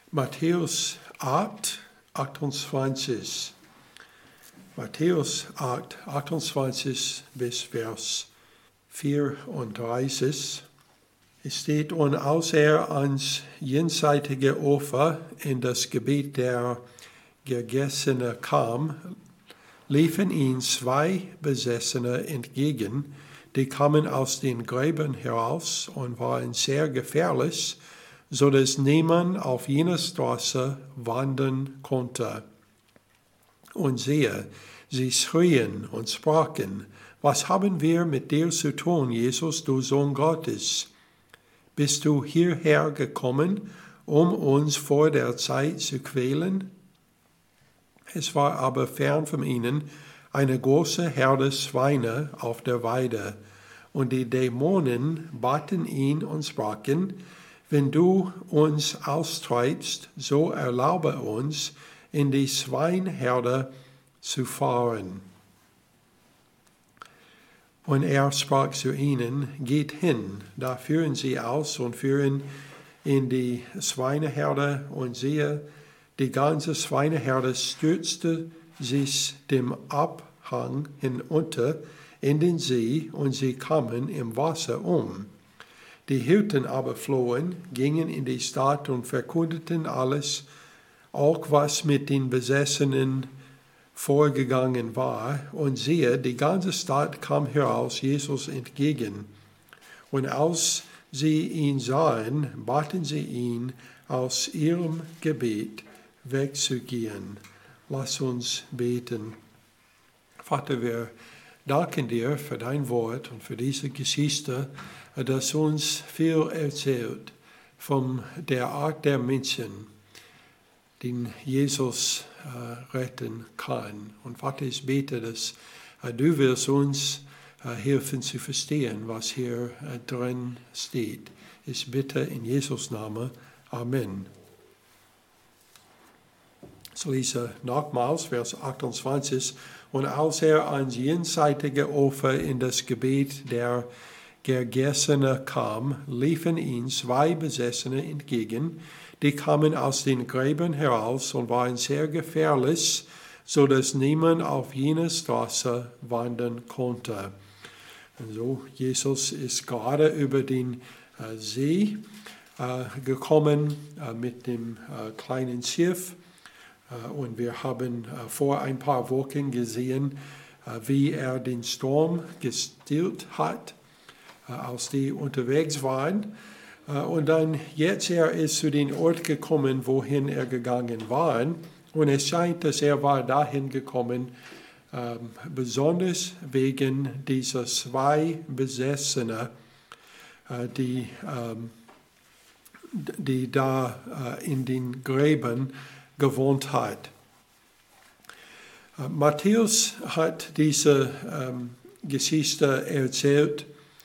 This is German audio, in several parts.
Matthäus 8, 28. Matthäus 8, 28 bis Vers 34. Es steht, und als er ans jenseitige Ufer in das Gebiet der Gergesene kam, liefen ihm 2 Besessene entgegen, die kamen aus den Gräbern heraus und waren sehr gefährlich, so dass niemand auf jener Straße wandern konnte. Und siehe, sie schrien und sprachen, was haben wir mit dir zu tun, Jesus, du Sohn Gottes? Bist du hierher gekommen, um uns vor der Zeit zu quälen? Es war aber fern von ihnen eine große Herde Schweine auf der Weide, und die Dämonen baten ihn und sprachen, wenn du uns austreibst, so erlaube uns, in die Schweinherde zu fahren. Und er sprach zu ihnen, geht hin. Da führen sie aus und führen in die Schweineherde, und siehe, die ganze Schweineherde stürzte sich dem Abhang hinunter in den See, und sie kamen im Wasser um. Die Hirten aber flohen, gingen in die Stadt und verkündeten alles, auch was mit den Besessenen vorgegangen war. Und siehe, die ganze Stadt kam heraus Jesus entgegen. Und als sie ihn sahen, baten sie ihn, aus ihrem Gebet wegzugehen. Lass uns beten. Vater, wir danken dir für dein Wort und für diese Geschichte, das uns viel erzählt von der Art der Menschen, den Jesus retten kann. Und Vater, ich bete, dass du wirst uns helfen zu verstehen, was hier drin steht. Ich bitte in Jesus' Namen. Amen. Ich lese nochmals Vers 28. Und als er ans jenseitige Ufer in das Gebiet der Gergesene kam, liefen ihm 2 Besessene entgegen, die kamen aus den Gräbern heraus und waren sehr gefährlich, so dass niemand auf jener Straße wandern konnte. Also Jesus ist gerade über den See gekommen mit dem kleinen Schiff. Und wir haben vor ein paar Wochen gesehen, wie er den Sturm gestillt hat, als die unterwegs waren. Und dann jetzt er ist zu dem Ort gekommen, wohin er gegangen war. Und es scheint, dass er war dahin gekommen, besonders wegen dieser 2 Besessene, die da in den Gräbern gewohnt hat. Matthäus hat diese Geschichte erzählt,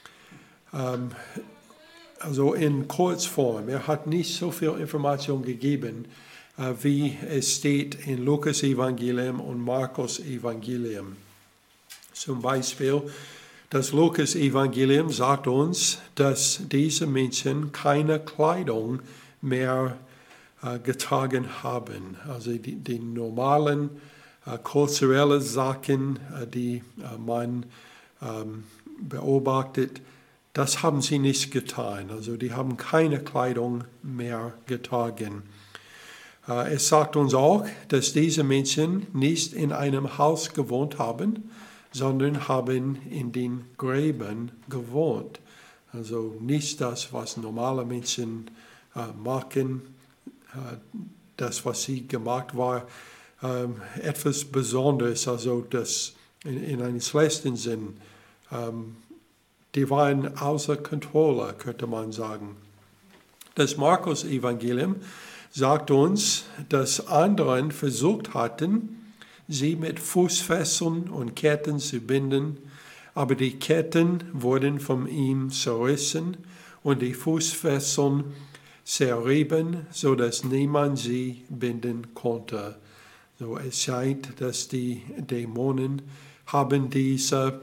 also in Kurzform. Er hat nicht so viel Information gegeben, wie es steht in Lukas Evangelium und Markus Evangelium. Zum Beispiel, das Lukas Evangelium sagt uns, dass diese Menschen keine Kleidung mehr getragen haben. Also die normalen kulturellen Sachen, die man beobachtet, das haben sie nicht getan. Also die haben keine Kleidung mehr getragen. Es sagt uns auch, dass diese Menschen nicht in einem Haus gewohnt haben, sondern haben in den Gräbern gewohnt. Also nicht das, was normale Menschen machen, das, was sie gemacht war, etwas Besonderes, also das in einem schlechten Sinn. Die waren außer Kontrolle, könnte man sagen. Das Markus-Evangelium sagt uns, dass anderen versucht hatten, sie mit Fußfesseln und Ketten zu binden, aber die Ketten wurden von ihm zerrissen und die Fußfesseln zerrieben, sodass niemand sie binden konnte. So, es scheint, dass die Dämonen haben diese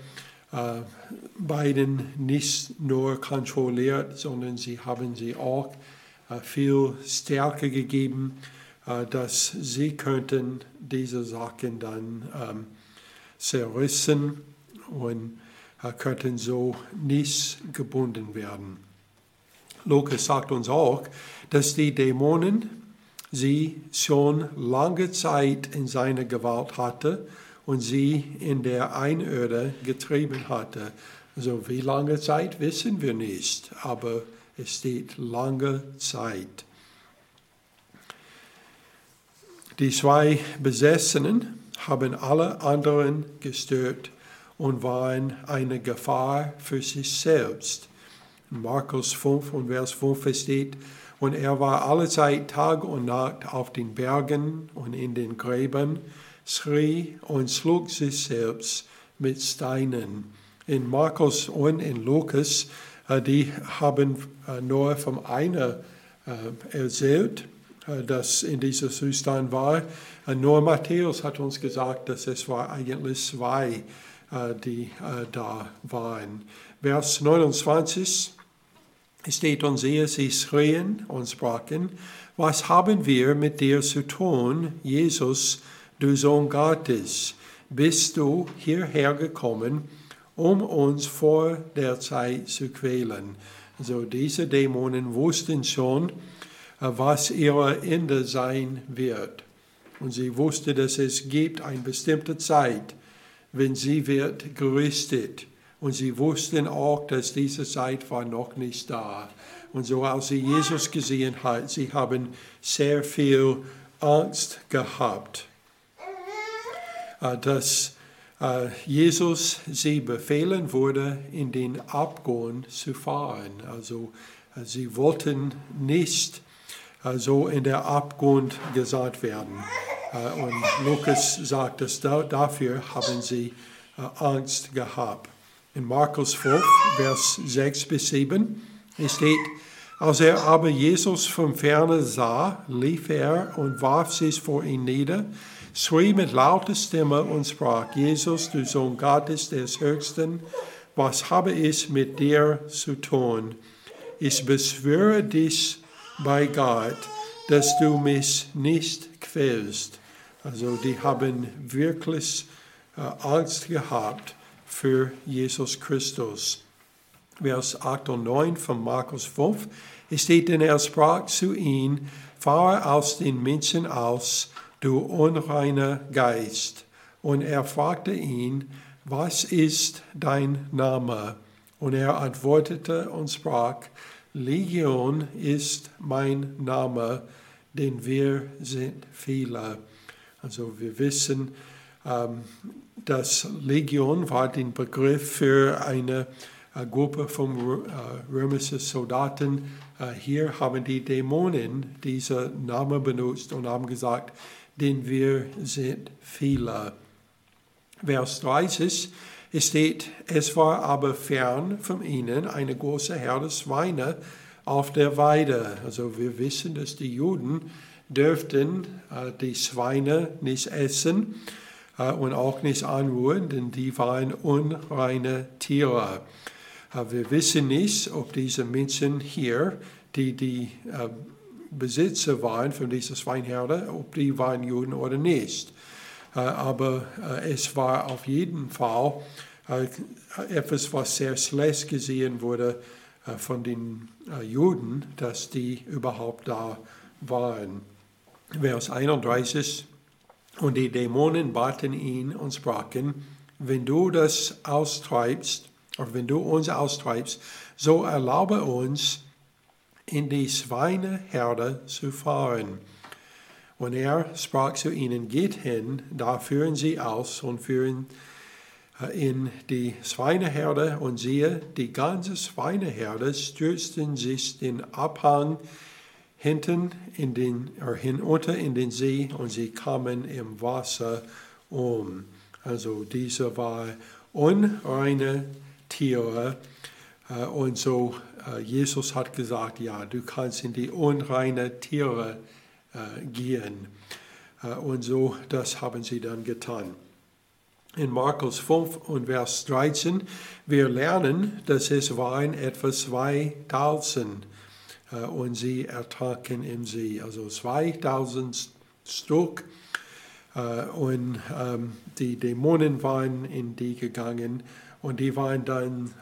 beiden nicht nur kontrolliert, sondern sie haben sie auch viel Stärke gegeben, dass sie könnten diese Sachen dann zerrissen und könnten so nicht gebunden werden. Lukas sagt uns auch, dass die Dämonen sie schon lange Zeit in seiner Gewalt hatte und sie in der Einöde getrieben hatte. Also wie lange Zeit wissen wir nicht, aber es steht lange Zeit. Die zwei Besessenen haben alle anderen gestört und waren eine Gefahr für sich selbst. In Markus 5 und Vers 5 steht, und er war allezeit Tag und Nacht auf den Bergen und in den Gräbern, schrie und schlug sich selbst mit Steinen. In Markus und in Lukas, die haben nur von einer erzählt, das in dieser Zustand war. Nur Matthäus hat uns gesagt, dass es war eigentlich zwei, die da waren. Vers 29 steht und siehe, sie schrien und sprachen, was haben wir mit dir zu tun, Jesus, du Sohn Gottes? Bist du hierher gekommen, um uns vor der Zeit zu quälen? Also diese Dämonen wussten schon, was ihr Ende sein wird. Und sie wussten, dass es gibt eine bestimmte Zeit, wenn sie wird gerüstet. Und sie wussten auch, dass diese Zeit war noch nicht da. Und so als sie Jesus gesehen hat, sie haben sehr viel Angst gehabt, dass Jesus sie befehlen würde, in den Abgrund zu fahren. Also sie wollten nicht so in der Abgrund gesagt werden. Und Lukas sagt, dass dafür haben sie Angst gehabt. In Markus 5, Vers 6 bis 7 steht, als er aber Jesus von ferne sah, lief er und warf sich vor ihn nieder, schrie mit lauter Stimme und sprach, Jesus, du Sohn Gottes des Höchsten, was habe ich mit dir zu tun? Ich beschwöre dich bei Gott, dass du mich nicht quälst. Also die haben wirklich Angst gehabt für Jesus Christus. Vers 8 und 9 von Markus 5 steht, denn er sprach zu ihm, fahre aus den Menschen aus, du unreiner Geist. Und er fragte ihn, was ist dein Name? Und er antwortete und sprach, Legion ist mein Name, denn wir sind viele. Also wir wissen, dass Legion war der Begriff für eine Gruppe von römischen Soldaten. Hier haben die Dämonen diesen Namen benutzt und haben gesagt, denn wir sind viele. Vers 30 steht, es war aber fern von ihnen eine große Herde Schweine auf der Weide. Also wir wissen, dass die Juden dürften die Schweine nicht essen und auch nicht anrühren, denn die waren unreine Tiere. Wir wissen nicht, ob diese Menschen hier, die Besitzer waren von dieser Schweinherde, ob die waren Juden oder nicht. Aber es war auf jeden Fall etwas, was sehr schlecht gesehen wurde von den Juden, dass die überhaupt da waren. Vers 31, und die Dämonen baten ihn und sprachen, wenn du das austreibst, oder wenn du uns austreibst, so erlaube uns, in die Schweineherde zu fahren. Und er sprach zu ihnen, geht hin, da führen sie aus und führen in die Schweineherde. Und siehe, die ganze Schweineherde stürzten sich den Abhang hinunter in den See und sie kamen im Wasser um. Also diese war unreine Tiere. Und so Jesus hat gesagt, ja, du kannst in die unreine Tiere gehen. Und so, das haben sie dann getan. In Markus 5 und Vers 13, wir lernen, dass es waren etwa 2000. und sie ertranken im See. Also 2000 Stück. Und die Dämonen waren in die gegangen und die waren dann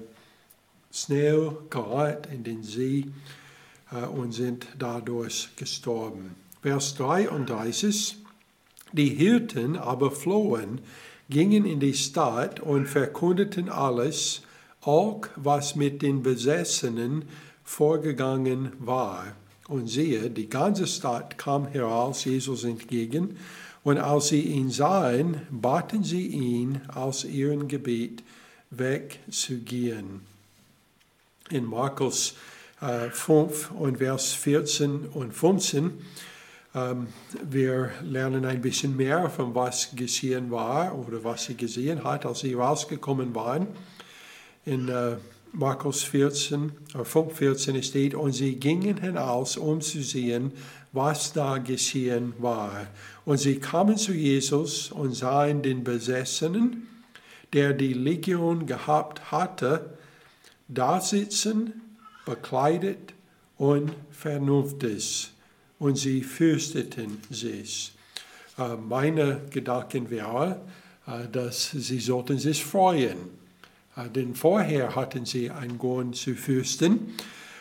schnell gerannt in den See und sind dadurch gestorben. Vers 33, die Hirten aber flohen, gingen in die Stadt und verkündeten alles, auch was mit den Besessenen vorgegangen war. Und siehe, die ganze Stadt kam heraus Jesus entgegen, und als sie ihn sahen, baten sie ihn, aus ihrem Gebiet wegzugehen. In Markus 5 und Vers 14 und 15, wir lernen ein bisschen mehr von was geschehen war oder was sie gesehen hat, als sie rausgekommen waren. In Markus 14, 5,14 steht, und sie gingen hinaus, um zu sehen, was da geschehen war. Und sie kamen zu Jesus und sahen den Besessenen, der die Legion gehabt hatte, da sitzen, bekleidet und vernünftig. Und sie fürchteten sich. Meine Gedanken wären, dass sie sollten sich freuen. Denn vorher hatten sie einen Grund zu fürchten,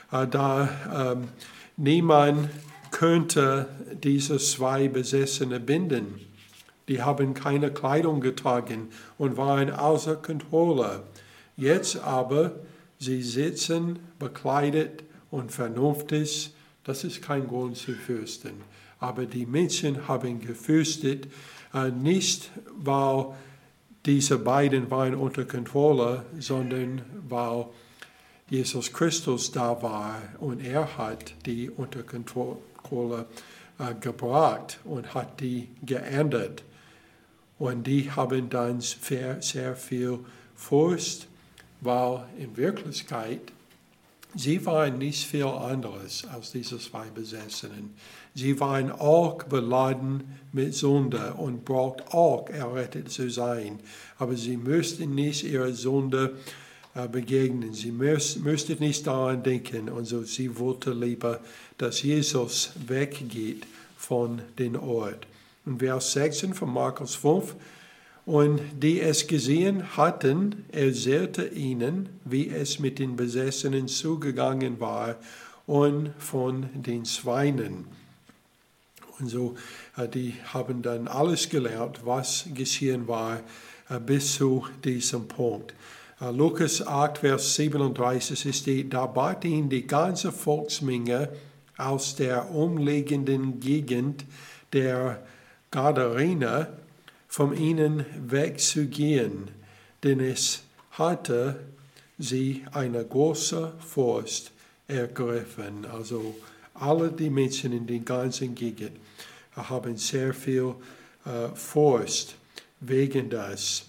da niemand könnte diese zwei Besessene binden. Die haben keine Kleidung getragen und waren außer Kontrolle. Jetzt aber, sie sitzen bekleidet und vernünftig. Das ist kein Grund zu fürchten. Aber die Menschen haben gefürchtet, nicht weil diese beiden waren unter Kontrolle, sondern weil Jesus Christus da war und er hat die unter Kontrolle gebracht und hat die geändert. Und die haben dann sehr viel Furcht, weil in Wirklichkeit sie waren nicht viel anderes als diese zwei Besessenen. Sie waren auch beladen mit Sünde und brauchten auch errettet zu sein. Aber sie müssten nicht ihrer Sünde begegnen. Sie müssten nicht daran denken. Und so, sie wollten lieber, dass Jesus weggeht von dem Ort. Und Vers 16 von Markus 5. Und die es gesehen hatten, erzählte ihnen, wie es mit den Besessenen zugegangen war und von den Schweinen. Und so, die haben dann alles gelernt, was geschehen war, bis zu diesem Punkt. Lukas 8, Vers 37 steht, da bat ihn die ganze Volksmenge aus der umliegenden Gegend der Gadarener, von ihnen wegzugehen, denn es hatte sie eine große Furcht ergriffen. Also alle die Menschen in der ganzen Gegend haben sehr viel Furcht wegen das.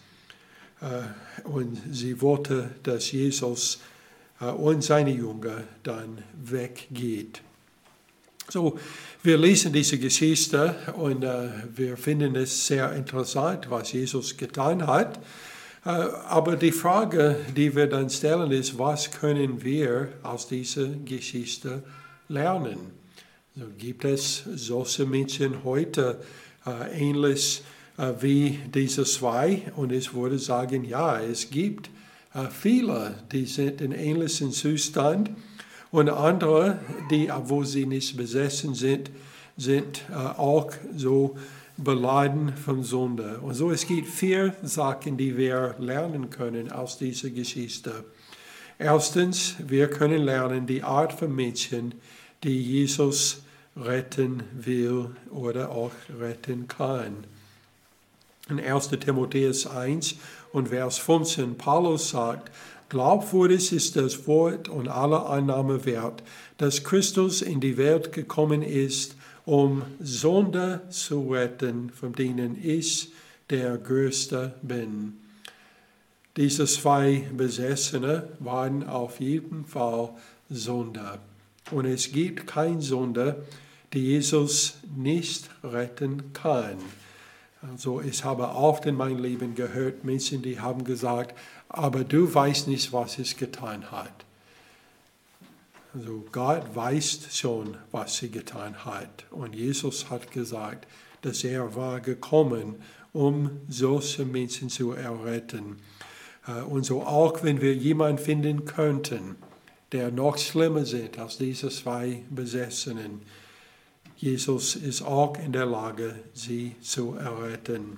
Und sie wollte, dass Jesus und seine Jünger dann weggeht. So, wir lesen diese Geschichte und wir finden es sehr interessant, was Jesus getan hat. Aber die Frage, die wir dann stellen, ist, was können wir aus dieser Geschichte lernen? So, gibt es solche Menschen heute ähnlich wie diese zwei? Und ich würde sagen, ja, es gibt viele, die sind in ähnlichem Zustand. Und andere, die, obwohl sie nicht besessen sind, sind auch so beladen von Sünde. Und so, es gibt 4 Sachen, die wir lernen können aus dieser Geschichte. Erstens, wir können lernen die Art von Menschen, die Jesus retten will oder auch retten kann. In 1. Timotheus 1 und Vers 15, Paulus sagt, glaubwürdig ist das Wort und alle Annahme wert, dass Christus in die Welt gekommen ist, um Sünder zu retten, von denen ich der Größte bin. Diese 2 Besessene waren auf jeden Fall Sünder. Und es gibt keinen Sünder, die Jesus nicht retten kann. Also ich habe oft in meinem Leben gehört, Menschen, die haben gesagt, aber du weißt nicht, was es getan hat. Also Gott weiß schon, was sie getan hat. Und Jesus hat gesagt, dass er war gekommen, um solche Menschen zu erretten. Und so auch, wenn wir jemanden finden könnten, der noch schlimmer ist als diese zwei Besessenen, Jesus ist auch in der Lage, sie zu erretten.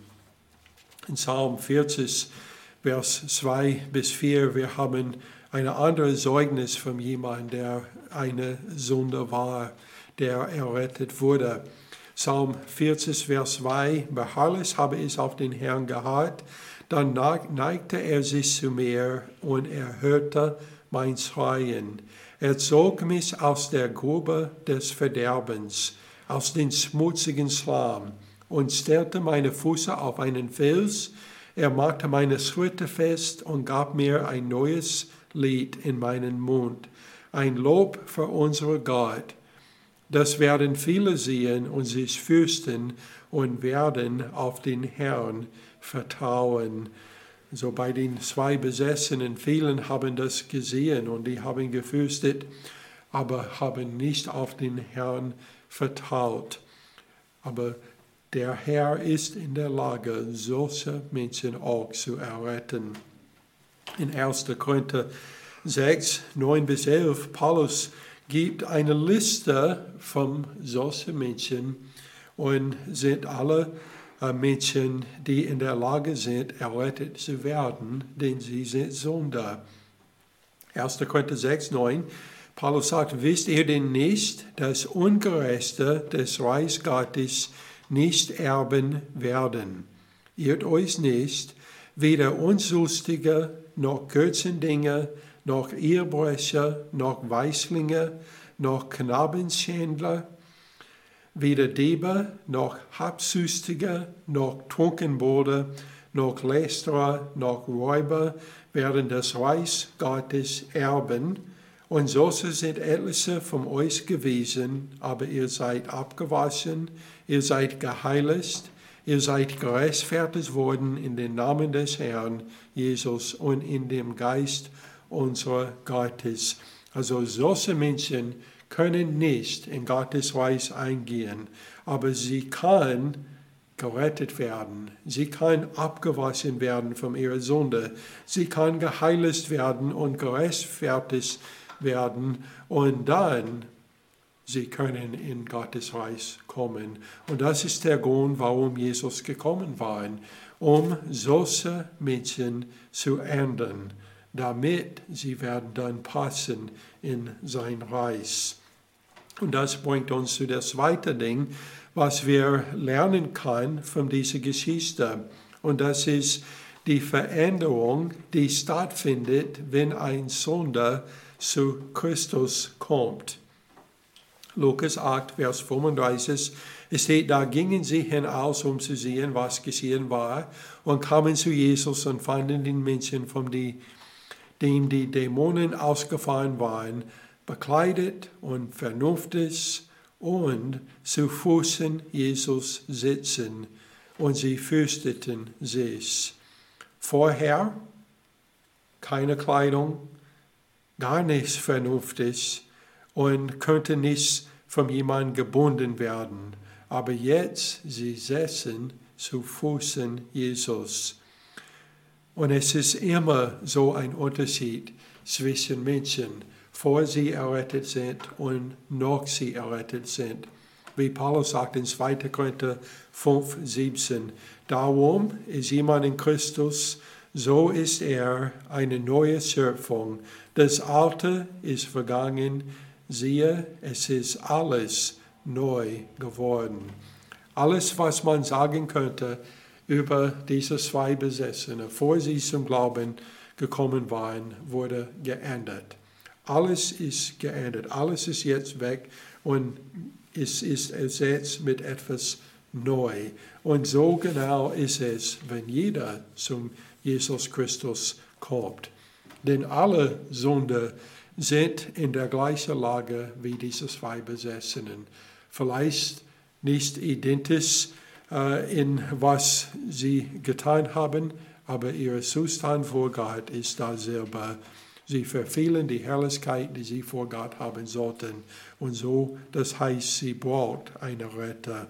In Psalm 40, Vers 2 bis 4, wir haben ein anderes Zeugnis von jemandem, der eine Sünder war, der errettet wurde. Psalm 40, Vers 2, beharrlich habe ich auf den Herrn geharrt, dann neigte er sich zu mir und er hörte mein Schreien. Er zog mich aus der Grube des Verderbens, aus den schmutzigen Schlamm und stellte meine Füße auf einen Fels. Er machte meine Schritte fest und gab mir ein neues Lied in meinen Mund, ein Lob für unseren Gott. Das werden viele sehen und sich fürchten und werden auf den Herrn vertrauen. So bei den zwei Besessenen, vielen haben das gesehen und die haben gefürchtet, aber haben nicht auf den Herrn vertraut. Aber der Herr ist in der Lage, solche Menschen auch zu erretten. In 1. Korinther 6, 9 bis 11, Paulus gibt eine Liste von solchen Menschen und sind alle Menschen, die in der Lage sind, errettet zu werden, denn sie sind Sünder. 1. Korinther 6, 9, Paulus sagt, wisst ihr denn nicht, dass Ungerechte des Reichs Gottes nicht erben werden? Irrt euch nicht, weder Unzüchtige, noch Götzendiener, noch Ehebrecher, noch Weichlinge, noch Knabenschändler, weder Diebe, noch Habsüchtige, noch Trunkenbolde, noch Lästerer, noch Räuber werden das Reich Gottes erben. Und solche sind etliche von euch gewesen, aber ihr seid abgewaschen, ihr seid geheiligt, ihr seid gerechtfertigt worden in den Namen des Herrn Jesus und in dem Geist unserer Gottes. Also solche Menschen können nicht in Gottes Reich eingehen, aber sie kann gerettet werden. Sie kann abgewaschen werden von ihrer Sünde. Sie kann geheiligt werden und gerechtfertigt werden und dann sie können in Gottes Reich kommen. Und das ist der Grund, warum Jesus gekommen war, um solche Menschen zu ändern, damit sie werden dann passen in sein Reich. Und das bringt uns zu das zweite Ding, was wir lernen können von dieser Geschichte. Und das ist die Veränderung, die stattfindet, wenn ein Sünder zu Christus kommt. Lukas 8, Vers 35, es steht, da gingen sie hinaus, um zu sehen, was geschehen war, und kamen zu Jesus und fanden den Menschen, von dem die Dämonen ausgefahren waren, bekleidet und vernünftig und zu Füßen Jesus sitzen, und sie fürchteten sich. Vorher keine Kleidung, gar nichts vernünftig und könnte nicht von jemandem gebunden werden. Aber jetzt, sie säßen zu Füßen Jesus. Und es ist immer so ein Unterschied zwischen Menschen, vor sie errettet sind und noch sie errettet sind. Wie Paulus sagt in 2. Korinther 5, 17, darum ist jemand in Christus, so ist er eine neue Schöpfung. Das Alte ist vergangen, siehe, es ist alles neu geworden. Alles, was man sagen könnte über diese zwei Besessene, vor sie zum Glauben gekommen waren, wurde geändert. Alles ist geändert, alles ist jetzt weg und es ist ersetzt mit etwas neu. Und so genau ist es, wenn jeder zum Jesus Christus kommt. Denn alle Sünder sind in der gleichen Lage wie diese zwei Besessenen. Vielleicht nicht identisch in was sie getan haben, aber ihr Zustand vor Gott ist dasselbe. Sie verfehlen die Herrlichkeit, die sie vor Gott haben sollten. Und so, das heißt, sie braucht einen Retter.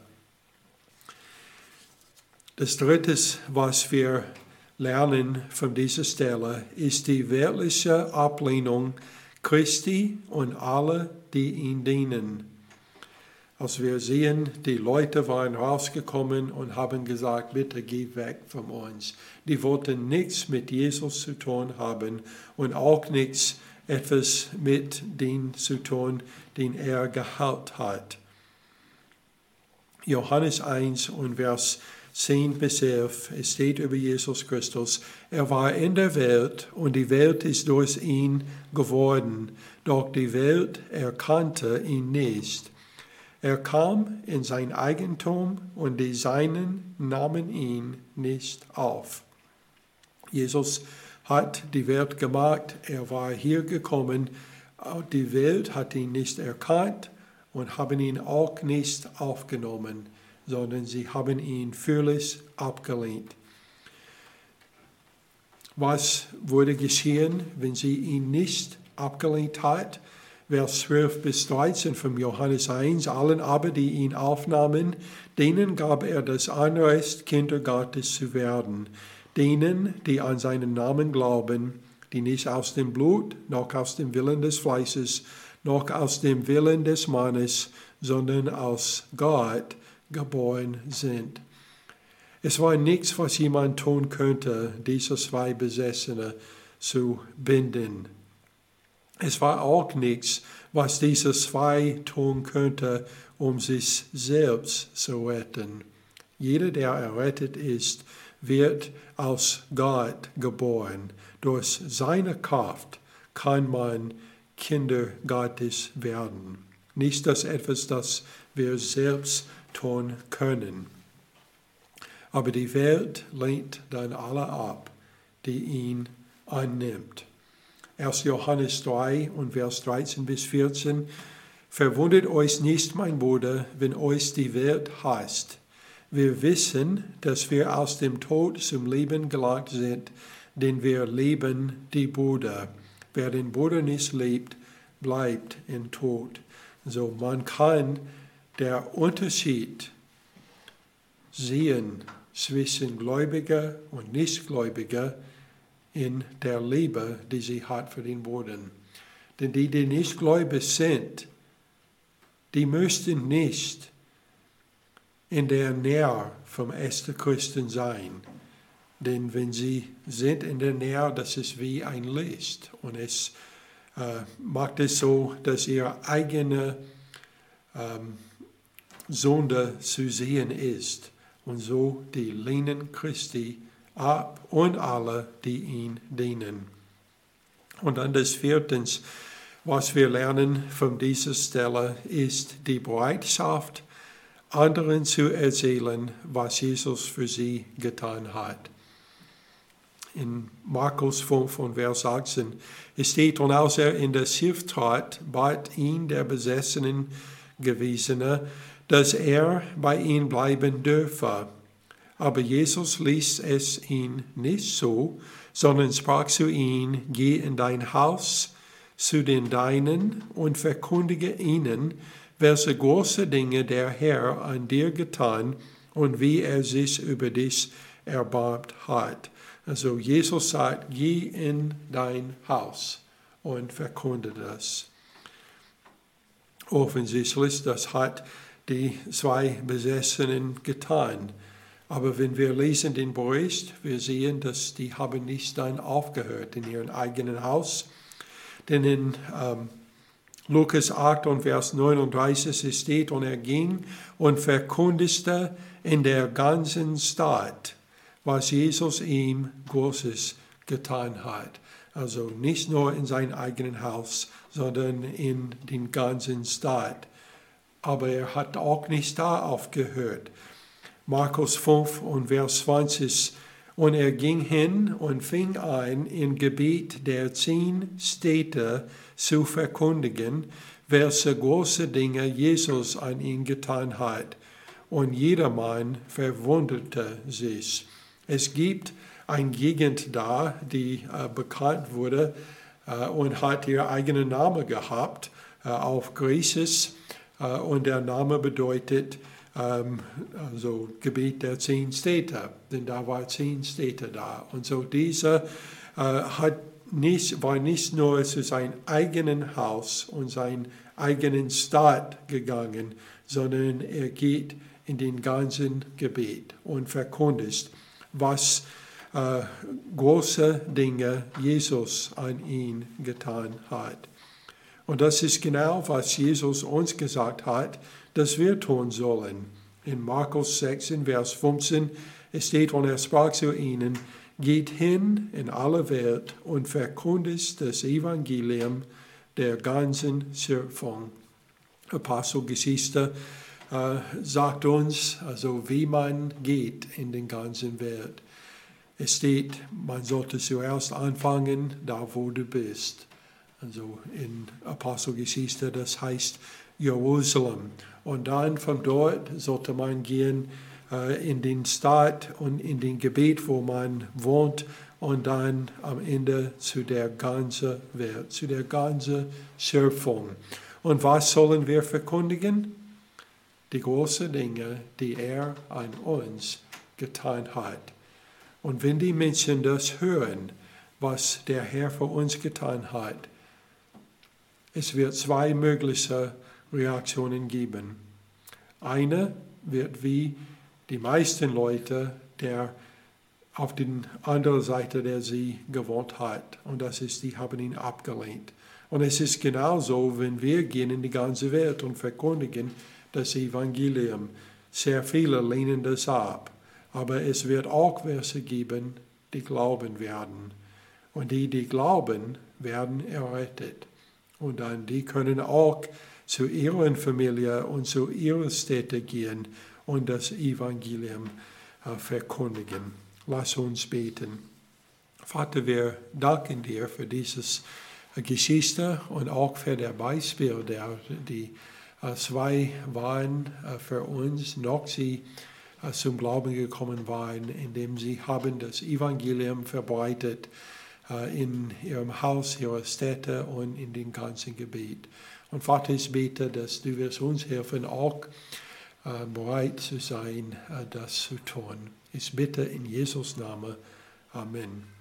Das Dritte, was wir lernen von dieser Stelle, ist die weltliche Ablehnung Christi und alle, die ihm dienen. Als wir sehen, die Leute waren rausgekommen und haben gesagt, bitte geh weg von uns. Die wollten nichts mit Jesus zu tun haben und auch nichts etwas mit dem zu tun, den er geheilt hat. Johannes 1 und Vers 10 bis 11, es steht über Jesus Christus, er war in der Welt und die Welt ist durch ihn geworden, doch die Welt erkannte ihn nicht. Er kam in sein Eigentum und die Seinen nahmen ihn nicht auf. Jesus hat die Welt gemacht, er war hier gekommen, die Welt hat ihn nicht erkannt und haben ihn auch nicht aufgenommen, sondern sie haben ihn völlig abgelehnt. Was würde geschehen, wenn sie ihn nicht abgelehnt hat? Vers 12 bis 13 von Johannes 1, allen aber, die ihn aufnahmen, denen gab er das Anrecht, Kinder Gottes zu werden. Denen, die an seinen Namen glauben, die nicht aus dem Blut, noch aus dem Willen des Fleisches, noch aus dem Willen des Mannes, sondern aus Gott geboren sind. Es war nichts, was jemand tun könnte, diese zwei Besessene zu binden. Es war auch nichts, was diese zwei tun könnte, um sich selbst zu retten. Jeder, der errettet ist, wird aus Gott geboren. Durch seine Kraft kann man Kinder Gottes werden. Nicht das etwas, das wir selbst tun können. Aber die Welt lehnt dann alle ab, die ihn annimmt. 1. Johannes 3 und Vers 13 bis 14. Verwundert euch nicht, mein Bruder, wenn euch die Welt hasst. Wir wissen, dass wir aus dem Tod zum Leben gelangt sind, denn wir lieben die Brüder. Wer den Bruder nicht liebt, bleibt im Tod. So man kann der Unterschied sehen zwischen Gläubiger und Nichtgläubiger in der Liebe, die sie hat für den Bruder. Denn die, die nicht gläubig sind, die müssten nicht in der Nähe vom echten Christen sein. Denn wenn sie sind in der Nähe, das ist wie ein Licht. Und es macht es so, dass ihre eigene Sünde zu sehen ist. Und so die lehnen Christi ab und alle, die ihn dienen. Und dann das Viertens, was wir lernen von dieser Stelle, ist die Bereitschaft, anderen zu erzählen, was Jesus für sie getan hat. In Markus 5 und Vers 18, es steht, und als er in das Schiff trat, bat ihn der besessenen Gewesene, dass er bei ihm bleiben dürfe. Aber Jesus ließ es ihn nicht so, sondern sprach zu ihm, geh in dein Haus zu den Deinen und verkündige ihnen, welche große Dinge der Herr an dir getan und wie er sich über dich erbarmt hat. Also Jesus sagt, geh in dein Haus und verkünde das. Offensichtlich, das hat die zwei Besessenen getan. Aber wenn wir lesen den Bericht, wir sehen, dass die haben nicht dann aufgehört in ihrem eigenen Haus. Denn in Lukas 8 und Vers 39 steht, und er ging und verkündigte in der ganzen Stadt, was Jesus ihm Großes getan hat. Also nicht nur in seinem eigenen Haus, sondern in den ganzen Stadt. Aber er hat auch nicht da aufgehört. Markus 5 und Vers 20. Und er ging hin und fing an, im Gebiet der 10 Städte zu verkündigen, welche große Dinge Jesus an ihn getan hat. Und jedermann verwunderte sich. Es gibt eine Gegend da, die bekannt wurde und hat ihren eigenen Namen gehabt auf Griechisch. Und der Name bedeutet also Gebiet der 10 Städte, denn da waren 10 Städte da. Und so dieser war nicht nur zu seinem eigenen Haus und seinem eigenen Stadt gegangen, sondern er geht in den ganzen Gebiet und verkündigt, was große Dinge Jesus an ihn getan hat. Und das ist genau, was Jesus uns gesagt hat, dass wir tun sollen. In Markus 6, in Vers 15, es steht, und er sprach zu ihnen, geht hin in alle Welt und verkündigt das Evangelium der ganzen Schöpfung. Apostelgeschichte sagt uns, also wie man geht in den ganzen Welt. Es steht, man sollte zuerst anfangen, da wo du bist. Also in Apostelgeschichte, das heißt Jerusalem. Und dann von dort sollte man gehen in den Stadt und in den Gebiet, wo man wohnt, und dann am Ende zu der ganzen Welt, zu der ganzen Schöpfung. Und was sollen wir verkündigen? Die großen Dinge, die er an uns getan hat. Und wenn die Menschen das hören, was der Herr für uns getan hat, es wird 2 mögliche Reaktionen geben. Eine wird wie die meisten Leute, der auf der anderen Seite der See gewohnt hat. Und das ist, die haben ihn abgelehnt. Und es ist genauso, wenn wir gehen in die ganze Welt und verkündigen das Evangelium. Sehr viele lehnen das ab. Aber es wird auch welche geben, die glauben werden. Und die glauben, werden errettet. Und dann die können auch zu ihrer Familie und zu ihrer Städte gehen und das Evangelium verkündigen. Lass uns beten. Vater, wir danken dir für diese Geschichte und auch für das Beispiel, die 2 waren für uns, noch sie zum Glauben gekommen waren, indem sie haben das Evangelium verbreitet in ihrem Haus, ihrer Städte und in dem ganzen Gebiet. Und Vater, ich bete, dass du wirst uns helfen, auch bereit zu sein, das zu tun. Ich bitte in Jesus' Namen. Amen.